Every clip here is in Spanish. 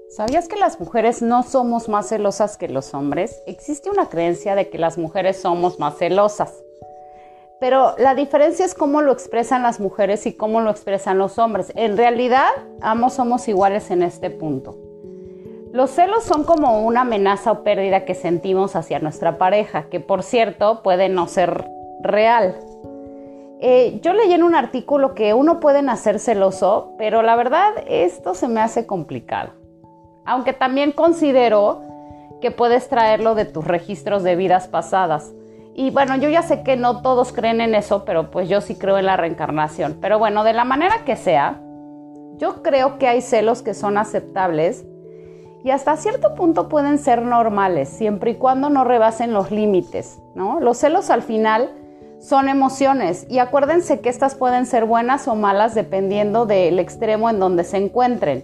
¿Sabías que las mujeres no somos más celosas que los hombres? Existe una creencia de que las mujeres somos más celosas. Pero la diferencia es cómo lo expresan las mujeres y cómo lo expresan los hombres. En realidad, ambos somos iguales en este punto. Los celos son como una amenaza o pérdida que sentimos hacia nuestra pareja, que por cierto puede no ser real. Yo leí en un artículo que uno puede nacer celoso, pero la verdad esto se me hace complicado. Aunque también considero que puedes traerlo de tus registros de vidas pasadas. Y bueno, yo ya sé que no todos creen en eso, pero pues yo sí creo en la reencarnación. Pero bueno, de la manera que sea, yo creo que hay celos que son aceptables y hasta cierto punto pueden ser normales, siempre y cuando no rebasen los límites, ¿no? Los celos al final son emociones y acuérdense que estas pueden ser buenas o malas dependiendo del extremo en donde se encuentren.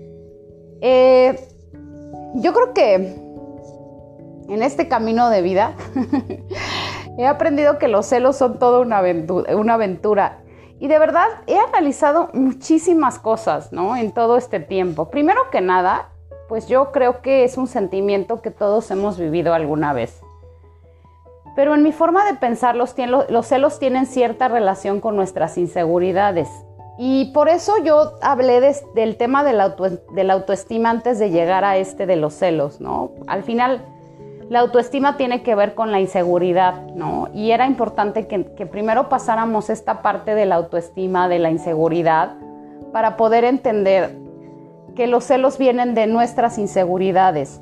Yo creo que en este camino de vida he aprendido que los celos son toda una aventura. Y de verdad he analizado muchísimas cosas, ¿no? En todo este tiempo. Primero que nada, pues yo creo que es un sentimiento que todos hemos vivido alguna vez. Pero en mi forma de pensar, los celos tienen cierta relación con nuestras inseguridades. Y por eso yo hablé del tema de la autoestima antes de llegar a de los celos, ¿no? Al final, la autoestima tiene que ver con la inseguridad, ¿no? Y era importante que primero pasáramos esta parte de la autoestima, de la inseguridad, para poder entender que los celos vienen de nuestras inseguridades.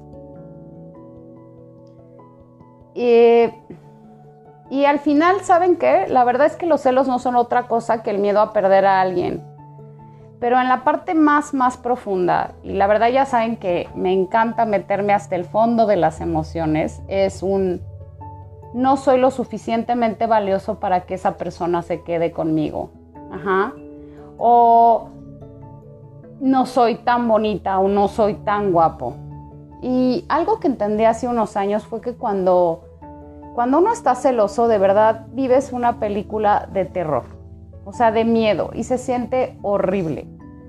Y al final, ¿saben qué? La verdad es que los celos no son otra cosa que el miedo a perder a alguien. Pero en la parte más profunda, y la verdad ya saben que me encanta meterme hasta el fondo de las emociones, no soy lo suficientemente valioso para que esa persona se quede conmigo. O no soy tan bonita o no soy tan guapo. Y algo que entendí hace unos años fue que cuando uno está celoso, de verdad vives una película de terror, o sea, de miedo, y se siente horrible.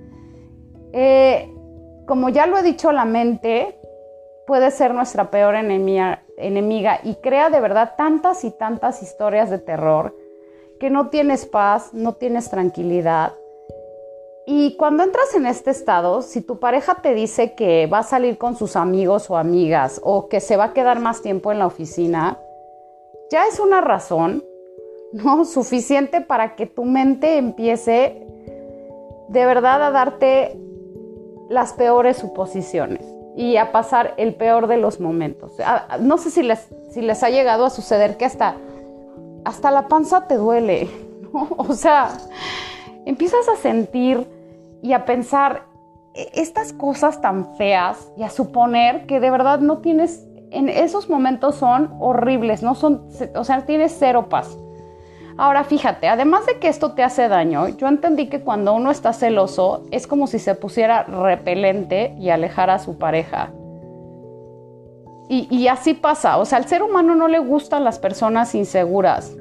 Como ya lo he dicho, la mente puede ser nuestra peor enemiga y crea de verdad tantas y tantas historias de terror que no tienes paz, no tienes tranquilidad. Y cuando entras en este estado, si tu pareja te dice que va a salir con sus amigos o amigas o que se va a quedar más tiempo en la oficina, ya es una razón, ¿no?, suficiente para que tu mente empiece de verdad a darte las peores suposiciones y a pasar el peor de los momentos. No sé si les ha llegado a suceder que hasta la panza te duele, ¿no? O sea, empiezas a sentir y a pensar estas cosas tan feas y a suponer que de verdad no tienes. En esos momentos son horribles, tienes cero paz. Ahora fíjate, además de que esto te hace daño, yo entendí que cuando uno está celoso es como si se pusiera repelente y alejara a su pareja. Y así pasa, o sea, al ser humano no le gustan las personas inseguras.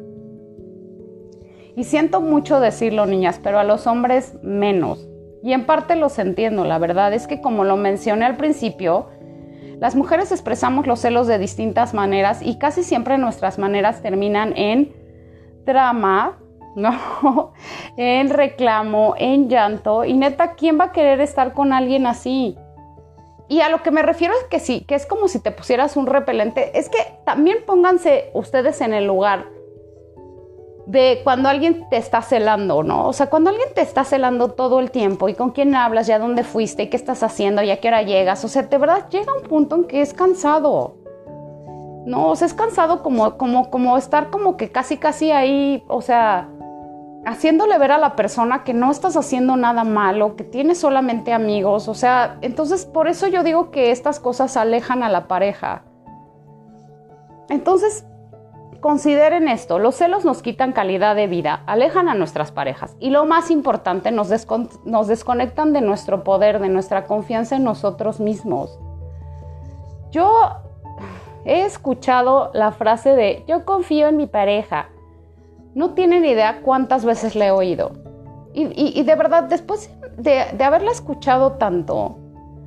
Y siento mucho decirlo, niñas, pero a los hombres menos. Y en parte los entiendo, la verdad es que como lo mencioné al principio, las mujeres expresamos los celos de distintas maneras y casi siempre nuestras maneras terminan en drama, ¿no? En reclamo, en llanto. Y neta, ¿quién va a querer estar con alguien así? Y a lo que me refiero es que sí, que es como si te pusieras un repelente. Es que también pónganse ustedes en el lugar de cuando alguien te está celando, ¿no? O sea, cuando alguien te está celando todo el tiempo y con quién hablas, ya dónde fuiste, y qué estás haciendo, y a qué hora llegas. O sea, de verdad llega un punto en que es cansado. No, o sea, es cansado como estar como que casi ahí, o sea, haciéndole ver a la persona que no estás haciendo nada malo, que tienes solamente amigos. O sea, entonces por eso yo digo que estas cosas alejan a la pareja. Entonces, consideren esto, los celos nos quitan calidad de vida, alejan a nuestras parejas y lo más importante, nos desconectan de nuestro poder, de nuestra confianza en nosotros mismos. Yo he escuchado la frase de yo confío en mi pareja. No tienen idea cuántas veces la he oído. Y de verdad, después de haberla escuchado tanto,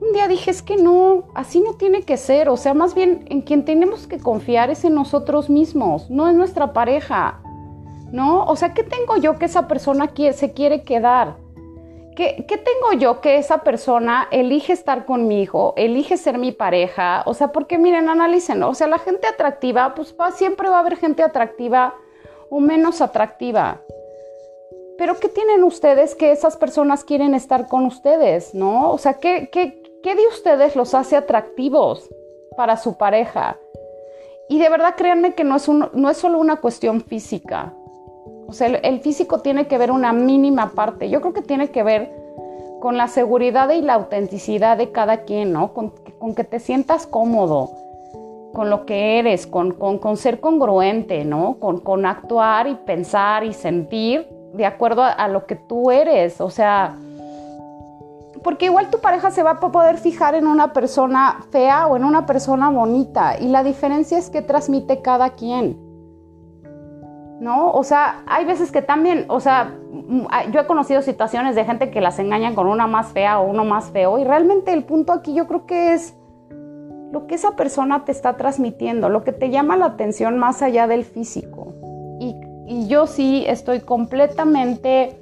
un día dije, es que no, así no tiene que ser. O sea, más bien en quien tenemos que confiar es en nosotros mismos, no en nuestra pareja, ¿no? O sea, ¿qué tengo yo que esa persona se quiere quedar? ¿Qué tengo yo que esa persona elige estar conmigo, elige ser mi pareja? O sea, porque miren, analicen, o sea, la gente atractiva, pues siempre va a haber gente atractiva o menos atractiva. Pero ¿qué tienen ustedes que esas personas quieren estar con ustedes, no? O sea, ¿qué de ustedes los hace atractivos para su pareja? Y de verdad créanme que no es solo una cuestión física. O sea, el físico tiene que ver una mínima parte. Yo creo que tiene que ver con la seguridad y la autenticidad de cada quien, ¿no? Con que te sientas cómodo con lo que eres, con ser congruente, ¿no? Con actuar y pensar y sentir de acuerdo a lo que tú eres. O sea, porque igual tu pareja se va a poder fijar en una persona fea o en una persona bonita. Y la diferencia es que transmite cada quien, ¿no? O sea, hay veces que también, o sea, yo he conocido situaciones de gente que las engañan con una más fea o uno más feo, y realmente el punto aquí yo creo que es lo que esa persona te está transmitiendo, lo que te llama la atención más allá del físico. Y yo sí estoy completamente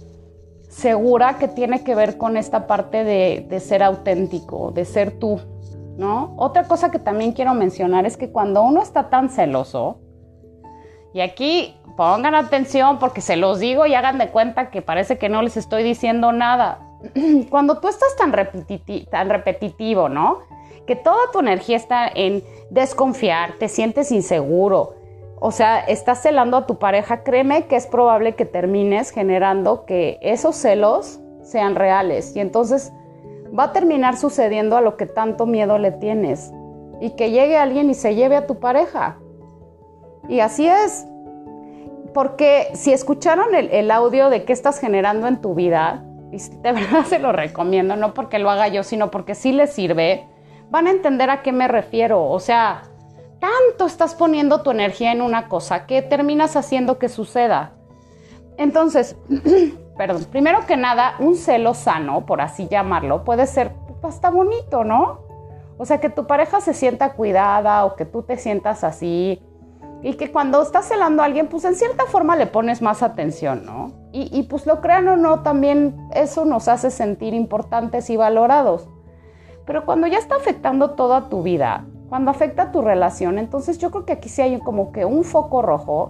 segura que tiene que ver con esta parte de ser auténtico, de ser tú, ¿no? Otra cosa que también quiero mencionar es que cuando uno está tan celoso, y aquí pongan atención porque se los digo y hagan de cuenta que parece que no les estoy diciendo nada. Cuando tú estás tan repetitivo, ¿no? Que toda tu energía está en desconfiar, te sientes inseguro, o sea, estás celando a tu pareja, créeme que es probable que termines generando que esos celos sean reales. Y entonces va a terminar sucediendo a lo que tanto miedo le tienes. Y que llegue alguien y se lleve a tu pareja. Y así es, porque si escucharon el audio de qué estás generando en tu vida, y de verdad se lo recomiendo, no porque lo haga yo, sino porque sí les sirve, van a entender a qué me refiero. O sea, tanto estás poniendo tu energía en una cosa que terminas haciendo que suceda. Entonces, perdón, primero que nada, un celo sano, por así llamarlo, puede ser hasta bonito, ¿no? O sea, que tu pareja se sienta cuidada o que tú te sientas así. Y que cuando estás celando a alguien, pues en cierta forma le pones más atención, ¿no? Y pues lo crean o no, también eso nos hace sentir importantes y valorados. Pero cuando ya está afectando toda tu vida, cuando afecta tu relación, entonces yo creo que aquí sí hay como que un foco rojo.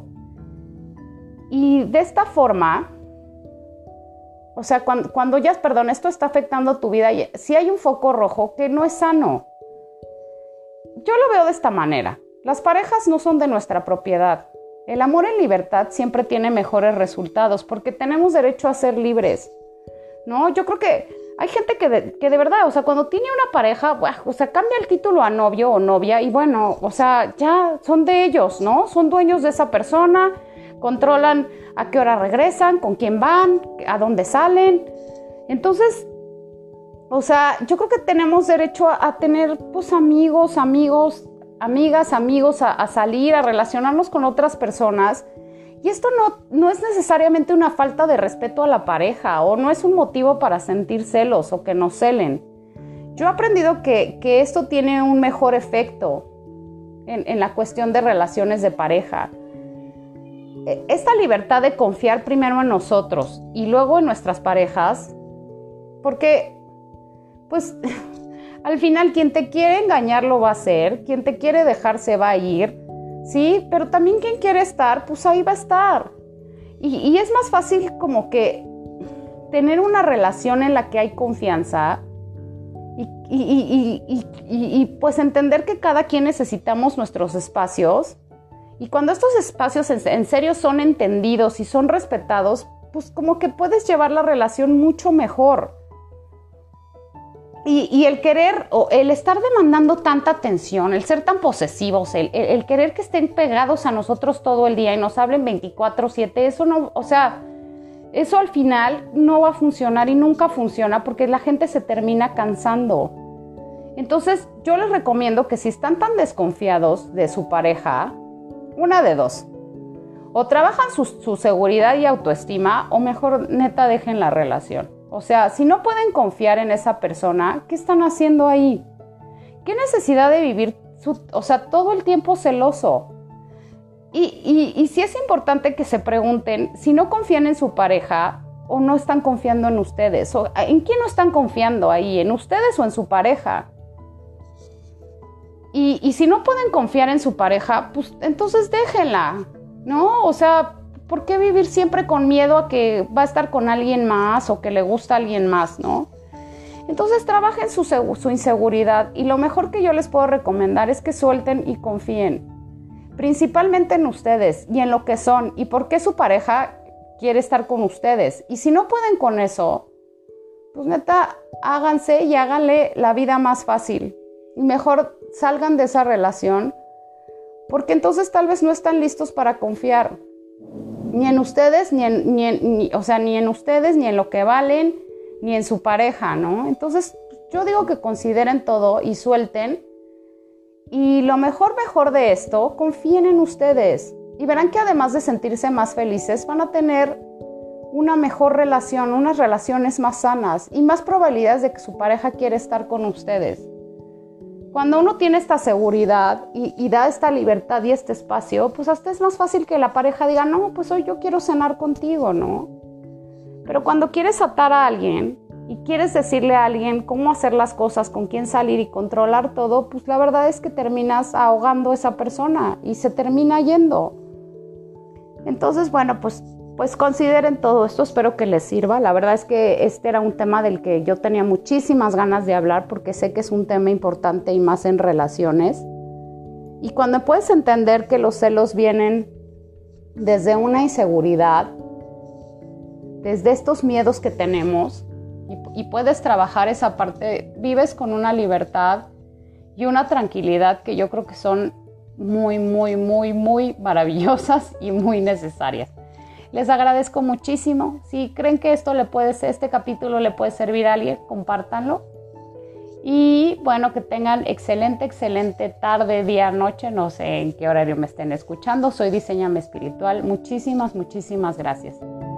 Y de esta forma, o sea, cuando ya, perdón, esto está afectando tu vida, sí hay un foco rojo que no es sano. Yo lo veo de esta manera. Las parejas no son de nuestra propiedad. El amor en libertad siempre tiene mejores resultados porque tenemos derecho a ser libres, ¿no? Yo creo que hay gente que de verdad, o sea, cuando tiene una pareja, o sea, cambia el título a novio o novia y bueno, o sea, ya son de ellos, ¿no? Son dueños de esa persona, controlan a qué hora regresan, con quién van, a dónde salen. Entonces, o sea, yo creo que tenemos derecho a tener, pues, amigas, amigos, a salir, a relacionarnos con otras personas. Y esto no es necesariamente una falta de respeto a la pareja o no es un motivo para sentir celos o que nos celen. Yo he aprendido que esto tiene un mejor efecto en la cuestión de relaciones de pareja. Esta libertad de confiar primero en nosotros y luego en nuestras parejas, porque pues al final quien te quiere engañar lo va a hacer, quien te quiere dejar se va a ir, ¿sí? Pero también quien quiere estar, pues ahí va a estar. Y es más fácil como que tener una relación en la que hay confianza y pues entender que cada quien necesitamos nuestros espacios. Y cuando estos espacios en serio son entendidos y son respetados, pues como que puedes llevar la relación mucho mejor. Y el querer, o el estar demandando tanta atención, el ser tan posesivos, el querer que estén pegados a nosotros todo el día y nos hablen 24/7, eso no, o sea, eso al final no va a funcionar y nunca funciona porque la gente se termina cansando. Entonces, yo les recomiendo que si están tan desconfiados de su pareja, una de dos, o trabajan su seguridad y autoestima, o mejor neta dejen la relación. O sea, si no pueden confiar en esa persona, ¿qué están haciendo ahí? ¿Qué necesidad de vivir, todo el tiempo celoso? Y sí es importante que se pregunten si no confían en su pareja o no están confiando en ustedes. O, ¿en quién no están confiando ahí? ¿En ustedes o en su pareja? Y si no pueden confiar en su pareja, pues entonces déjenla, ¿no? O sea, ¿por qué vivir siempre con miedo a que va a estar con alguien más o que le gusta a alguien más, ¿no? Entonces trabajen su inseguridad y lo mejor que yo les puedo recomendar es que suelten y confíen, principalmente en ustedes y en lo que son y por qué su pareja quiere estar con ustedes. Y si no pueden con eso, pues neta, háganse y háganle la vida más fácil y mejor salgan de esa relación, porque entonces tal vez no están listos para confiar ni en ustedes, ni en ustedes, ni en lo que valen, ni en su pareja, ¿no? Entonces yo digo que consideren todo y suelten, y lo mejor de esto, confíen en ustedes y verán que además de sentirse más felices, van a tener una mejor relación, unas relaciones más sanas y más probabilidades de que su pareja quiera estar con ustedes. Cuando uno tiene esta seguridad y da esta libertad y este espacio, pues hasta es más fácil que la pareja diga, no, pues hoy yo quiero cenar contigo, ¿no? Pero cuando quieres atar a alguien y quieres decirle a alguien cómo hacer las cosas, con quién salir y controlar todo, pues la verdad es que terminas ahogando a esa persona y se termina yendo. Entonces, bueno, pues consideren todo esto, espero que les sirva. La verdad es que este era un tema del que yo tenía muchísimas ganas de hablar porque sé que es un tema importante y más en relaciones. Y cuando puedes entender que los celos vienen desde una inseguridad, desde estos miedos que tenemos, y puedes trabajar esa parte, vives con una libertad y una tranquilidad que yo creo que son muy, muy, muy, muy maravillosas y muy necesarias. Les agradezco muchísimo. Si creen que este capítulo le puede servir a alguien, compártanlo. Y bueno, que tengan excelente tarde, día, noche. No sé en qué horario me estén escuchando. Soy Diseñame Espiritual. Muchísimas gracias.